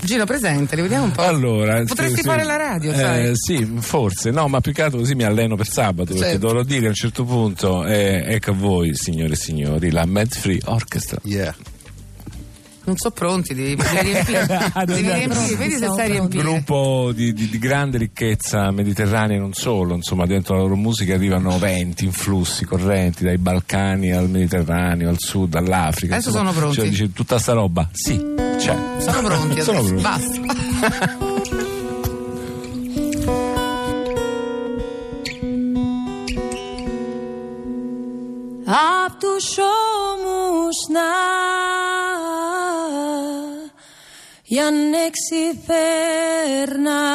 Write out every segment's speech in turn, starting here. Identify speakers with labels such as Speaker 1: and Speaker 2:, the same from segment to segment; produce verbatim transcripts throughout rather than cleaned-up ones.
Speaker 1: Gino, presente, li vediamo un po'.
Speaker 2: Allora,
Speaker 1: potresti
Speaker 2: sì,
Speaker 1: fare
Speaker 2: sì.
Speaker 1: la radio,
Speaker 2: eh,
Speaker 1: sai?
Speaker 2: Sì, forse, no, ma più che altro così mi alleno per sabato, perché
Speaker 1: Certo.
Speaker 2: dovrò dire a un certo punto, eh, ecco a voi, signore e signori, la Mad Free Orchestra.
Speaker 3: Yeah.
Speaker 1: Non so pronti, devi, devi riempire, devi riempire, vedi se sai riempire.
Speaker 2: Gruppo di, di, di grande ricchezza mediterranea e non solo, insomma dentro la loro musica arrivano venti, influssi, correnti dai Balcani al Mediterraneo, al sud, all'Africa.
Speaker 1: Adesso
Speaker 2: insomma,
Speaker 1: sono pronti.
Speaker 2: cioè, dice, tutta sta roba, sì, c'è.
Speaker 1: Sono pronti,
Speaker 2: Sono
Speaker 1: adesso.
Speaker 2: pronti.
Speaker 1: Basta.
Speaker 4: Απ' τους ώμους να για να ξυπέρνα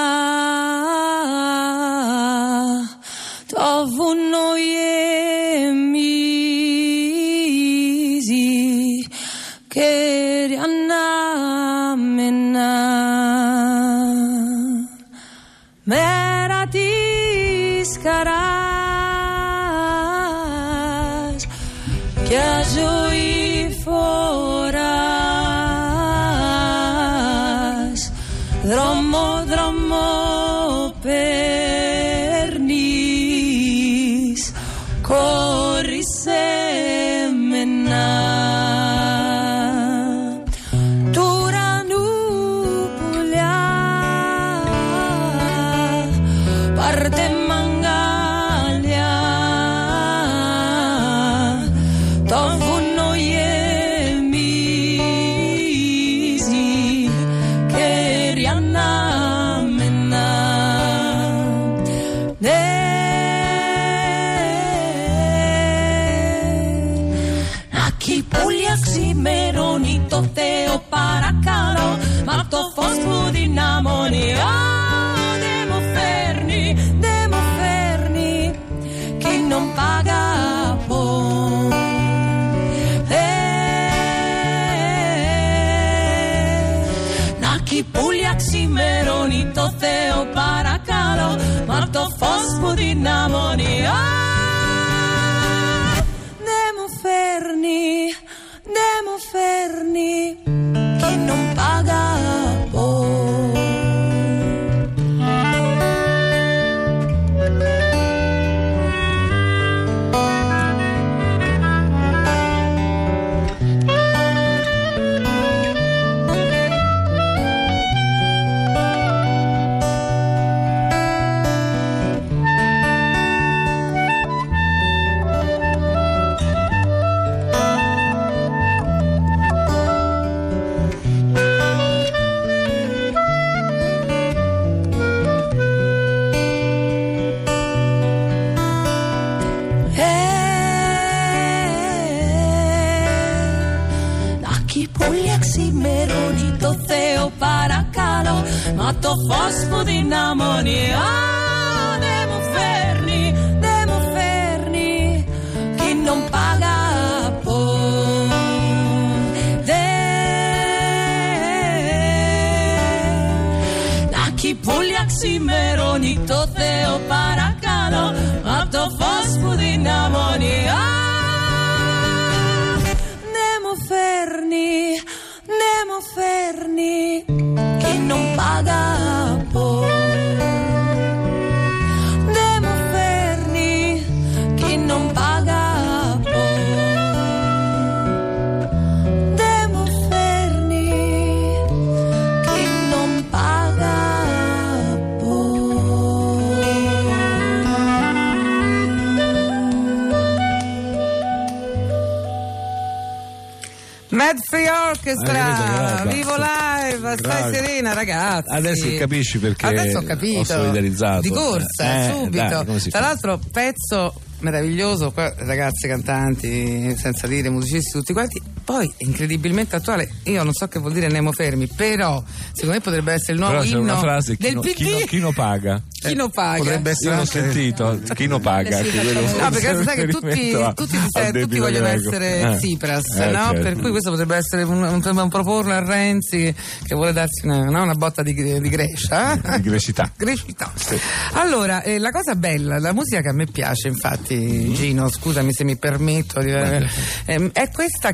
Speaker 4: το βουνό γεμίζει κέρια ανάμενα μέρα της χαράς ποια ζωή φοράς δρόμο δρόμο παίρνεις κόρη σε μένα του ουρανού πουλιά πάρτε μαγκάλια το βουνό γεμίζει κέρια ανάμενα ναι να κυπούλια ξημερώνει το Θεό παρακαλώ μα το φως που δυναμώνει δεν μου φέρνει δεν μου φέρνει chi non paga η πουλιά ξημερώνει το Θεό παρακαλώ μα το φως που δυναμώνει δεν μου φέρνει δεν μου φέρνει chi non paga ξημερώνει το Θεό παρακαλώ μα το φως που δυναμώνει δεν μου φέρνει δεν μου φέρνει chi non paga να κι πουλιά ξημερώνει το Θεό παρακαλώ μα το φως που δυναμώνει δεν μου φέρνει δεν μου φέρνει chi non paga δεν μου φέρνει chi non paga δεν μου φέρνει chi non paga
Speaker 1: Mad Free Orchestra,
Speaker 2: Ah,
Speaker 1: vivo live, stai
Speaker 2: Bravi.
Speaker 1: serena ragazzi.
Speaker 2: Adesso capisci perché
Speaker 1: Adesso ho capito.
Speaker 2: ho solidarizzato.
Speaker 1: Di corsa,
Speaker 2: Eh,
Speaker 1: subito.
Speaker 2: dai, come si
Speaker 1: Tra
Speaker 2: fa?
Speaker 1: l'altro pezzo meraviglioso, qua ragazzi cantanti, senza dire musicisti tutti quanti, poi incredibilmente attuale. Io non so che vuol dire Nemo Fermi, però secondo me potrebbe essere il nuovo
Speaker 2: Però c'è
Speaker 1: inno
Speaker 2: una frase chi
Speaker 1: del
Speaker 2: no,
Speaker 1: P D.
Speaker 2: chi, no, chi no paga.
Speaker 1: Chi non paga?
Speaker 3: Potrebbe essere
Speaker 2: Io l'ho
Speaker 3: anche...
Speaker 2: sentito, chi no paga.
Speaker 4: Eh sì,
Speaker 2: anche quello
Speaker 1: No, perché sai che tutti,
Speaker 2: riferimento a-
Speaker 1: tutti, si
Speaker 2: al
Speaker 1: sen- tutti
Speaker 2: debito
Speaker 1: vogliono
Speaker 2: greco.
Speaker 1: essere
Speaker 2: Eh.
Speaker 1: Tsipras,
Speaker 2: Eh,
Speaker 1: no?
Speaker 2: certo.
Speaker 1: Per cui questo potrebbe essere un, un, un proporlo a Renzi che vuole darsi una, no? una botta di, di Grecia. eh?
Speaker 2: Di grecità.
Speaker 1: Grecità. Allora, eh, la cosa bella, la musica che a me piace, infatti, Gino, scusami se mi permetto, di, eh, è questa che non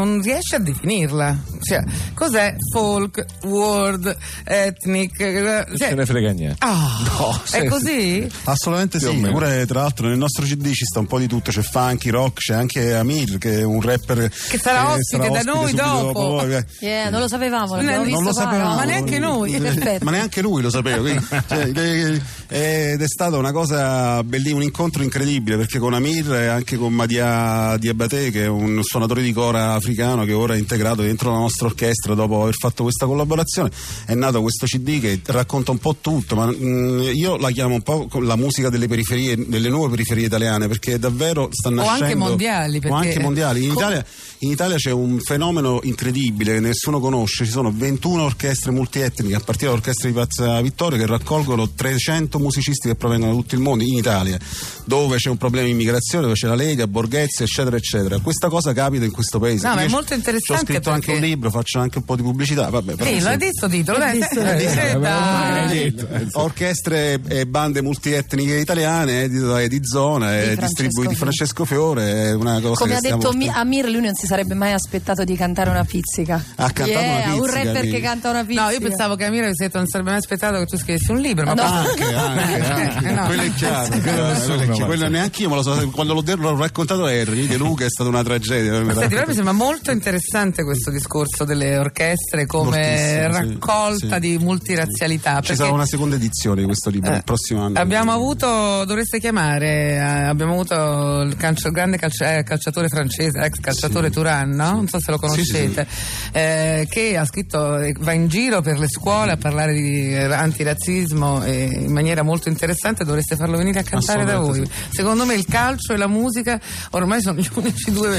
Speaker 1: non riesci a definirla. Cioè, cos'è folk, world, ethnic?
Speaker 2: Non
Speaker 1: Cioè,
Speaker 2: se ne frega niente.
Speaker 1: Ah,
Speaker 2: No,
Speaker 1: è
Speaker 2: sì,
Speaker 1: così?
Speaker 3: Assolutamente
Speaker 2: Più o
Speaker 3: sì,
Speaker 2: meno.
Speaker 3: pure tra l'altro nel nostro C D ci sta un po' di tutto, c'è funky, rock, c'è anche Amir che è un rapper
Speaker 1: Che sarà ospite da noi
Speaker 3: subito
Speaker 1: dopo.
Speaker 3: voi.
Speaker 5: Yeah, non lo sapevamo, l'abbiamo
Speaker 1: Non
Speaker 5: visto
Speaker 3: lo
Speaker 5: qua,
Speaker 3: sapevamo.
Speaker 5: no?
Speaker 1: Ma neanche noi.
Speaker 5: Perfetto.
Speaker 3: Ma neanche lui lo sapeva, quindi, cioè, eh, ed è stata una cosa bellissima, un incontro incredibile, perché con Amir e anche con Madia Diabaté, che è un suonatore di cora africano che ora è integrato dentro la nostra orchestra dopo aver fatto questa collaborazione, è nato questo C D che racconta un po' tutto, ma mh, io la chiamo un po' la musica delle periferie, delle nuove periferie italiane, perché davvero sta nascendo,
Speaker 1: anche mondiali,
Speaker 3: o
Speaker 1: perché-
Speaker 3: anche mondiali. In
Speaker 1: Co-
Speaker 3: Italia, in Italia c'è un fenomeno incredibile che nessuno conosce, ci sono ventuno orchestre multietniche a partire dall'orchestra di Piazza Vittorio che raccolgono trecento musicisti che provengono da tutto il mondo in Italia, dove c'è un problema di immigrazione, dove c'è la Lega, Borghezia, eccetera eccetera. Questa cosa capita in questo paese.
Speaker 1: No, ma è
Speaker 3: Io
Speaker 1: molto interessante
Speaker 3: Ho scritto anche
Speaker 1: perché-
Speaker 3: un libro, faccio anche un po' di pubblicità, vabbè, però,
Speaker 1: Sì,
Speaker 3: sì.
Speaker 1: l'hai detto titolo, dai,
Speaker 5: Visto,
Speaker 1: eh,
Speaker 5: visto.
Speaker 1: eh, dai.
Speaker 2: detto, eh, sì.
Speaker 3: Orchestre e bande multietniche italiane, edito di zona,
Speaker 5: Di
Speaker 3: e
Speaker 5: Francesco
Speaker 3: distribuiti di
Speaker 5: Fiore.
Speaker 3: Francesco Fiore, è una cosa
Speaker 5: Come
Speaker 3: che
Speaker 5: ha
Speaker 3: stiamo
Speaker 5: detto Mi-
Speaker 3: portando-
Speaker 5: Amir, lui non si sarebbe mai aspettato di cantare una pizzica.
Speaker 3: Ha cantato
Speaker 5: Yeah,
Speaker 3: una
Speaker 5: un
Speaker 3: pizzica,
Speaker 5: rapper
Speaker 3: quindi.
Speaker 5: che canta una pizzica.
Speaker 1: No, io pensavo che Amira avesse detto non sarebbe mai aspettato che tu scrivessi un libro, ma
Speaker 5: No.
Speaker 3: Anche, anche, anche.
Speaker 1: Eh, no.
Speaker 3: Quello è chiaro, quello, quello è chiaro.
Speaker 2: ma-
Speaker 3: Quello neanche io me lo so, quando l'ho, l'ho raccontato a Harry De Luca è stata una tragedia.
Speaker 1: Senti, però mi sembra molto interessante questo discorso delle orchestre come
Speaker 3: Moltissimo, sì,
Speaker 1: raccolta
Speaker 3: sì.
Speaker 1: di multirazzialità.
Speaker 3: Ci
Speaker 1: perché,
Speaker 3: sarà una seconda edizione di questo libro
Speaker 1: eh,
Speaker 3: il prossimo anno.
Speaker 1: Abbiamo avuto, dovreste chiamare, eh, abbiamo avuto il calcio- grande calcia- eh, calciatore francese, ex calciatore
Speaker 3: Sì,
Speaker 1: Turan, no?
Speaker 3: sì.
Speaker 1: Non so se lo
Speaker 3: Sì, sì,
Speaker 1: conoscete, eh, che ha scritto, eh, va in giro per le scuole a parlare di eh, antirazzismo eh, in maniera molto interessante. Dovreste farlo venire a cantare da voi.
Speaker 3: Assolutamente
Speaker 1: Secondo me il calcio e la musica ormai sono gli unici due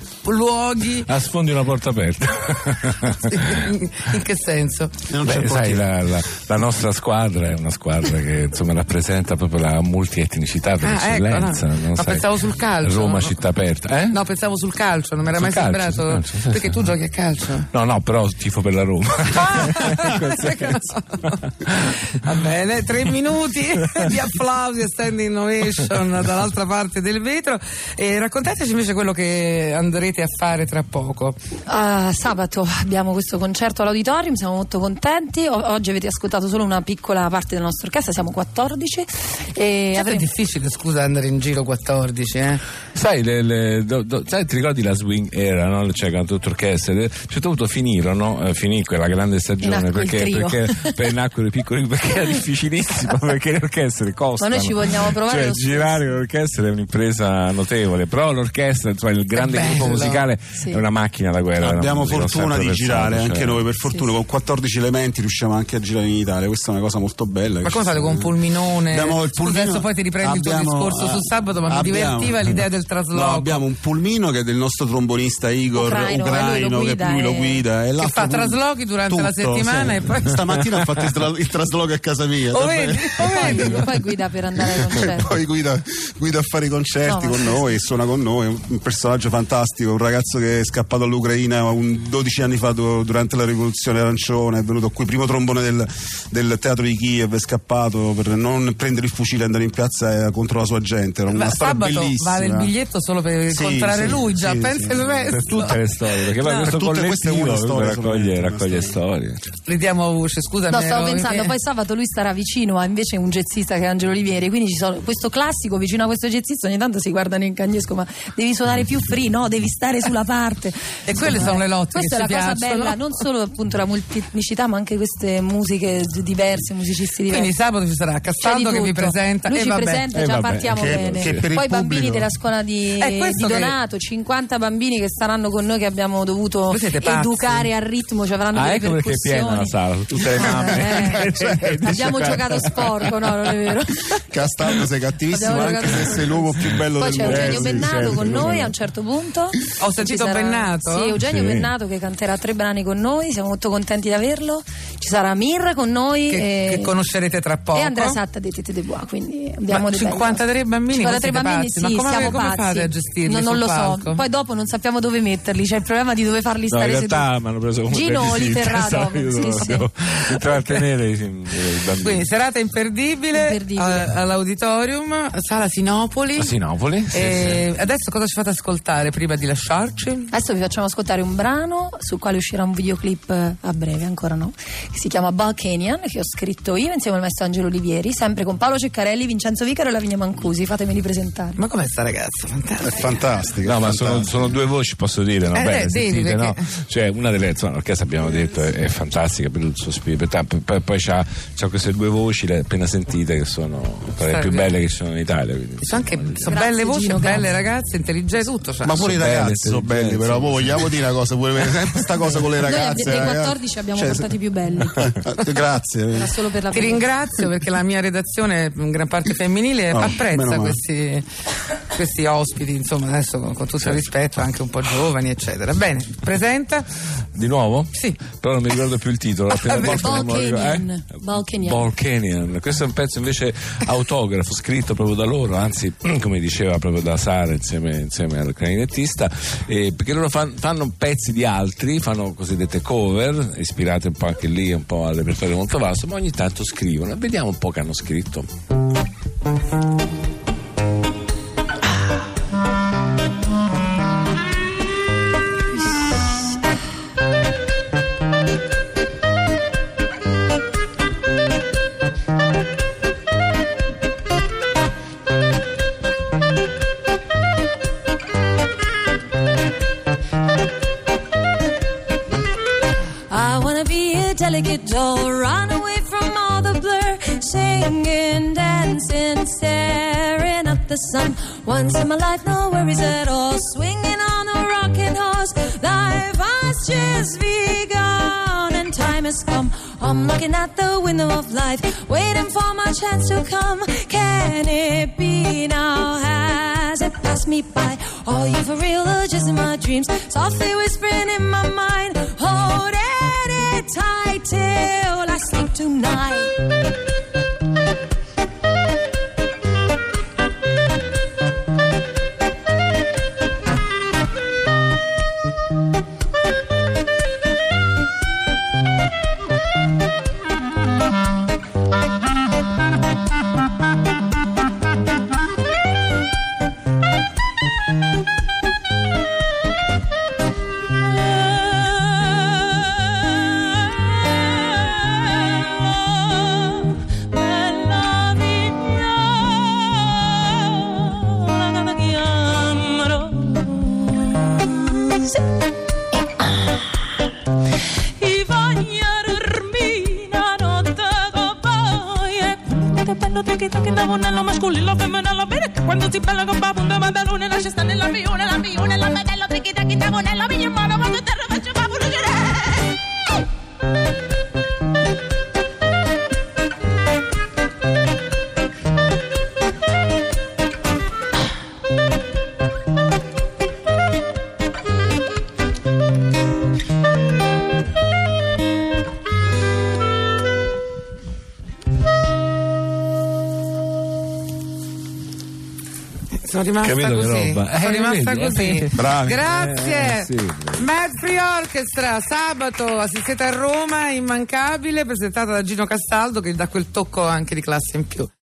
Speaker 1: luoghi.
Speaker 2: Ah, sfondi una porta aperta.
Speaker 1: in, in che senso?
Speaker 3: E non c'è
Speaker 2: Beh, sai,
Speaker 3: portiere.
Speaker 2: la, la- la nostra squadra è una squadra che insomma rappresenta proprio la multietnicità per
Speaker 1: Ah, ecco,
Speaker 2: eccellenza.
Speaker 1: no.
Speaker 2: non
Speaker 1: Ma
Speaker 2: sai,
Speaker 1: pensavo sul calcio.
Speaker 2: Roma città aperta. Eh?
Speaker 1: No, pensavo sul calcio, non mi era
Speaker 2: Sul
Speaker 1: mai
Speaker 2: calcio,
Speaker 1: sembrato.
Speaker 2: sul calcio, sì,
Speaker 1: perché
Speaker 2: sì.
Speaker 1: tu giochi a calcio.
Speaker 2: No, no, però tifo per la Roma.
Speaker 1: Va bene, tre minuti di applausi e standing ovation dall'altra parte del vetro. E raccontateci invece quello che andrete a fare tra poco.
Speaker 5: Ah, sabato abbiamo questo concerto all'auditorium, siamo molto contenti. O- oggi avete ascoltato solo una piccola parte della nostra orchestra, siamo quattordici. E
Speaker 1: Certo è
Speaker 5: avremo-
Speaker 1: difficile, scusa, andare in giro quattordici, eh?
Speaker 2: Sai, le, le- do- do- sai, ti ricordi la swing era, no? Cioè, con tutto orchestra. A un certo punto finirono, eh, finì quella grande stagione
Speaker 5: nacque il
Speaker 2: perché,
Speaker 5: trio.
Speaker 2: perché per nacquero i piccoli, perché era difficilissimo, perché le orchestre costano.
Speaker 5: Ma noi ci vogliamo provare
Speaker 2: Cioè,
Speaker 5: lo
Speaker 2: girare l'orchestra è un'impresa notevole, però l'orchestra, insomma, il grande
Speaker 1: bello.
Speaker 2: gruppo musicale
Speaker 5: Sì.
Speaker 2: è una macchina da guerra.
Speaker 3: Abbiamo
Speaker 2: una musica, un
Speaker 3: fortuna
Speaker 2: sempre
Speaker 3: di girare
Speaker 2: versato,
Speaker 3: anche
Speaker 2: cioè.
Speaker 3: noi, per fortuna,
Speaker 5: sì.
Speaker 3: con quattordici elementi riusciamo anche a girare in Italia, questa è una cosa molto bella.
Speaker 1: Ma
Speaker 3: che
Speaker 1: come
Speaker 3: ci
Speaker 1: fate
Speaker 3: sta-
Speaker 1: con un pulminone?
Speaker 3: Abbiamo il
Speaker 1: Scusa,
Speaker 3: pulmino-
Speaker 1: adesso poi ti riprendi il tuo
Speaker 3: abbiamo-
Speaker 1: discorso su sabato, ma mi
Speaker 3: abbiamo-
Speaker 1: divertiva l'idea del trasloco.
Speaker 3: No, abbiamo un pulmino che è del nostro trombonista Igor
Speaker 5: Ucraino,
Speaker 3: Ucraino,
Speaker 5: e lui lo
Speaker 3: che
Speaker 5: guida,
Speaker 3: lui lo
Speaker 5: e-
Speaker 3: guida e
Speaker 1: Che
Speaker 3: l'altro
Speaker 1: fa
Speaker 3: pul-
Speaker 1: traslochi durante la
Speaker 3: tutto,
Speaker 1: settimana
Speaker 3: sì.
Speaker 1: e poi-
Speaker 3: Stamattina ha fatto il, tra- il trasloco a casa mia.
Speaker 1: Oh,
Speaker 3: davvero.
Speaker 1: vedi? Oh, vedi?
Speaker 5: poi, poi guida per andare ai concerti.
Speaker 3: Poi guida, guida a fare i concerti
Speaker 5: No,
Speaker 3: con
Speaker 5: ma-
Speaker 3: noi, suona con noi, è un- un personaggio fantastico, un ragazzo che è scappato all'Ucraina un dodici anni fa du- durante la rivoluzione arancione, è venuto qui, primo trombone del, del teatro di Kiev, è scappato per non prendere il fucile e andare in piazza eh, contro la sua gente, era una
Speaker 1: Ma
Speaker 3: storia
Speaker 1: sabato
Speaker 3: bellissima.
Speaker 1: vale il biglietto solo per
Speaker 3: Sì,
Speaker 1: incontrare
Speaker 3: sì,
Speaker 1: lui, già
Speaker 3: sì,
Speaker 1: pensa
Speaker 3: sì,
Speaker 1: il resto.
Speaker 2: Per tutte le storie, perché poi
Speaker 1: No.
Speaker 2: questo
Speaker 3: Per tutte queste è
Speaker 2: collettivo
Speaker 3: una storia,
Speaker 2: raccoglie,
Speaker 3: solamente, una
Speaker 2: raccoglie
Speaker 3: storia.
Speaker 2: storie.
Speaker 1: Ridiamo voce, scusa.
Speaker 5: No,
Speaker 1: mi
Speaker 5: stavo
Speaker 1: ero-
Speaker 5: pensando,
Speaker 1: mi-
Speaker 5: poi sabato lui starà vicino a invece un jazzista che è Angelo Olivieri, quindi ci sono questo classico vicino a questo jazzista, ogni tanto si guardano in cagnesco, ma devi suonare più free, no? Devi stare sulla parte.
Speaker 1: E quelle sono le lotte
Speaker 5: Questa
Speaker 1: che
Speaker 5: è
Speaker 1: ci
Speaker 5: la cosa
Speaker 1: piacciono.
Speaker 5: bella, non solo appunto la multietnicità, ma anche queste musiche diverse, musicisti diversi.
Speaker 1: Quindi sabato ci sarà
Speaker 5: C'è
Speaker 1: Castaldo
Speaker 5: di
Speaker 1: che vi
Speaker 5: tutto.
Speaker 1: presenta
Speaker 5: Lui
Speaker 1: e
Speaker 5: ci
Speaker 1: vabbè.
Speaker 5: presenta e
Speaker 2: E
Speaker 5: già
Speaker 2: vabbè,
Speaker 5: partiamo
Speaker 3: che-
Speaker 5: bene.
Speaker 3: che per il
Speaker 5: Poi i bambini
Speaker 3: pubblico-
Speaker 5: della scuola di,
Speaker 1: È questo
Speaker 5: di
Speaker 1: che-
Speaker 5: Donato, cinquanta bambini che staranno con noi, che abbiamo dovuto
Speaker 1: Voi siete pazzi.
Speaker 5: educare al ritmo, ci avranno
Speaker 2: Ah,
Speaker 5: delle
Speaker 2: ecco perché è piena la
Speaker 5: percussioni.
Speaker 2: sala, tutte le mamme.
Speaker 5: Eh,
Speaker 2: Cioè,
Speaker 5: abbiamo
Speaker 2: dice-
Speaker 5: giocato sporco, no, non è vero.
Speaker 3: Castaldo sei cattivissimo
Speaker 5: Abbiamo
Speaker 3: anche
Speaker 5: giocato-
Speaker 3: se sei l'uomo più bello
Speaker 5: Poi
Speaker 3: del
Speaker 5: c'è
Speaker 3: mondo.
Speaker 5: Eugenio
Speaker 3: Eh, sì,
Speaker 5: Bennato
Speaker 3: certo,
Speaker 5: con noi
Speaker 3: come no.
Speaker 5: a un certo punto.
Speaker 1: Ho sentito
Speaker 5: Ci sarà-
Speaker 1: Bennato?
Speaker 5: Sì, Eugenio
Speaker 2: Sì.
Speaker 5: Bennato che canterà tre brani con noi, siamo molto contenti di averlo. Ci sarà Mir con noi
Speaker 1: Che,
Speaker 5: e,
Speaker 1: che conoscerete tra poco.
Speaker 5: e Andrea Satta dei Tete de Bois, quindi abbiamo
Speaker 1: Ma
Speaker 5: dei
Speaker 1: cinquantatré
Speaker 5: belli-
Speaker 1: bambini, voi
Speaker 5: cinquantatré
Speaker 1: siete
Speaker 5: bambini,
Speaker 1: pazzi,
Speaker 5: sì,
Speaker 1: ma come-
Speaker 5: siamo
Speaker 1: come
Speaker 5: pazzi.
Speaker 1: fate a gestirli
Speaker 5: Non, non
Speaker 1: sul
Speaker 5: lo
Speaker 1: palco?
Speaker 5: so. Poi dopo non sappiamo dove metterli, c'è il problema di dove farli
Speaker 2: No, in
Speaker 5: stare
Speaker 2: realtà
Speaker 5: seduti.
Speaker 2: mi hanno preso come
Speaker 5: Gino li
Speaker 2: babysitter,
Speaker 5: terrà
Speaker 2: sai,
Speaker 5: dopo,
Speaker 2: io
Speaker 5: sì,
Speaker 2: devo-
Speaker 5: sì.
Speaker 2: devo intrattenere i, i bambini.
Speaker 1: Quindi serata imperdibile,
Speaker 5: Imperdibile.
Speaker 1: a- all'auditorium, sala Sinopoli.
Speaker 2: A Sinopoli? Sì,
Speaker 1: E adesso cosa ci fate ascoltare prima di
Speaker 2: sì.
Speaker 1: Sciarci.
Speaker 5: Adesso vi facciamo ascoltare un brano sul quale uscirà un videoclip a breve, ancora no, che si chiama Balkanian, che ho scritto io insieme al maestro Angelo Olivieri, sempre con Paolo Ceccarelli, Vincenzo Vicaro e Lavinia Mancusi. Fatemeli presentare.
Speaker 1: Ma com'è sta ragazza? Fantastica.
Speaker 3: È fantastica.
Speaker 2: No, ma
Speaker 3: fantastica.
Speaker 2: sono, sono due voci, posso dire, no?
Speaker 1: Eh,
Speaker 2: Belle,
Speaker 1: eh, devi,
Speaker 2: sentite,
Speaker 1: perché-
Speaker 2: no? Cioè, una delle, insomma, l'orchestra abbiamo detto è, è fantastica per il suo spirito, poi, poi, poi c'ha, c'ha queste due voci, le appena sentite, che sono tra le
Speaker 1: Sai
Speaker 2: più
Speaker 1: che-
Speaker 2: belle che ci sono in Italia. Quindi,
Speaker 1: Sono anche sono
Speaker 5: Grazie,
Speaker 1: belle voci,
Speaker 5: Gino,
Speaker 1: belle
Speaker 5: grazie.
Speaker 1: ragazze, intelligenti, tutto. Cioè.
Speaker 3: Ma pure i
Speaker 2: Sono belle,
Speaker 3: ragazzi sono belli,
Speaker 2: intelligenze,
Speaker 3: però poi
Speaker 2: sì.
Speaker 3: vogliamo dire una cosa pure sempre questa cosa con le
Speaker 5: Noi
Speaker 3: ragazze.
Speaker 5: dei
Speaker 3: ragazzi.
Speaker 5: quattordici abbiamo
Speaker 3: Cioè,
Speaker 5: portati più belli.
Speaker 3: Grazie.
Speaker 5: Era solo per la
Speaker 1: Ti ringrazio perché la mia redazione, in gran parte femminile,
Speaker 3: Oh,
Speaker 1: apprezza
Speaker 3: meno male.
Speaker 1: questi, questi ospiti, insomma, adesso con, con tutto il rispetto, anche un po' giovani, eccetera. Bene, presenta.
Speaker 2: Di nuovo?
Speaker 1: Sì.
Speaker 2: Però non mi ricordo più il titolo. Appena
Speaker 1: Vabbè.
Speaker 2: posto non me lo ricordo.
Speaker 5: Balkanian. Balkanian.
Speaker 2: Balkanian. Questo è un pezzo invece autografo, scritto proprio da loro, anzi, come diceva proprio da Sara insieme, insieme al clarinettista, eh, perché loro fan- fanno pezzi di altri, fanno cosiddette cover, ispirate un po' anche lì, un po' al repertorio molto vasto, ma ogni tanto scrivono. E vediamo un po' che hanno scritto.
Speaker 4: I wanna be a delicate doll, run away from all the blur, singing, dancing, staring at the sun. Once in my life, no worries at all, swinging on a rocking horse. Life has just begun and time has come. I'm looking at the window of life, waiting for my chance to come. Can it be now? Has it passed me by? Are you for real or just in my dreams? Softly whispering in my mind, hold it tight till I sleep tonight.
Speaker 6: Nell'uomo masculino, femminile, bene che quando si balla con babunde, mandalone, lascia stare nella fione, la fione, la medello, trichi, tacchi, tagonello, mia mano, quando terra faccio baburo,
Speaker 1: Sono rimasta
Speaker 2: Capito che
Speaker 1: così.
Speaker 2: roba?
Speaker 1: Sono
Speaker 2: Eh,
Speaker 1: rimasta
Speaker 2: vedi,
Speaker 1: così.
Speaker 2: eh,
Speaker 3: bravi.
Speaker 1: Grazie.
Speaker 2: Eh, sì.
Speaker 1: Mad Free Orchestra, sabato, assistete a Roma, immancabile, presentata da Gino Castaldo che gli dà quel tocco anche di classe in più.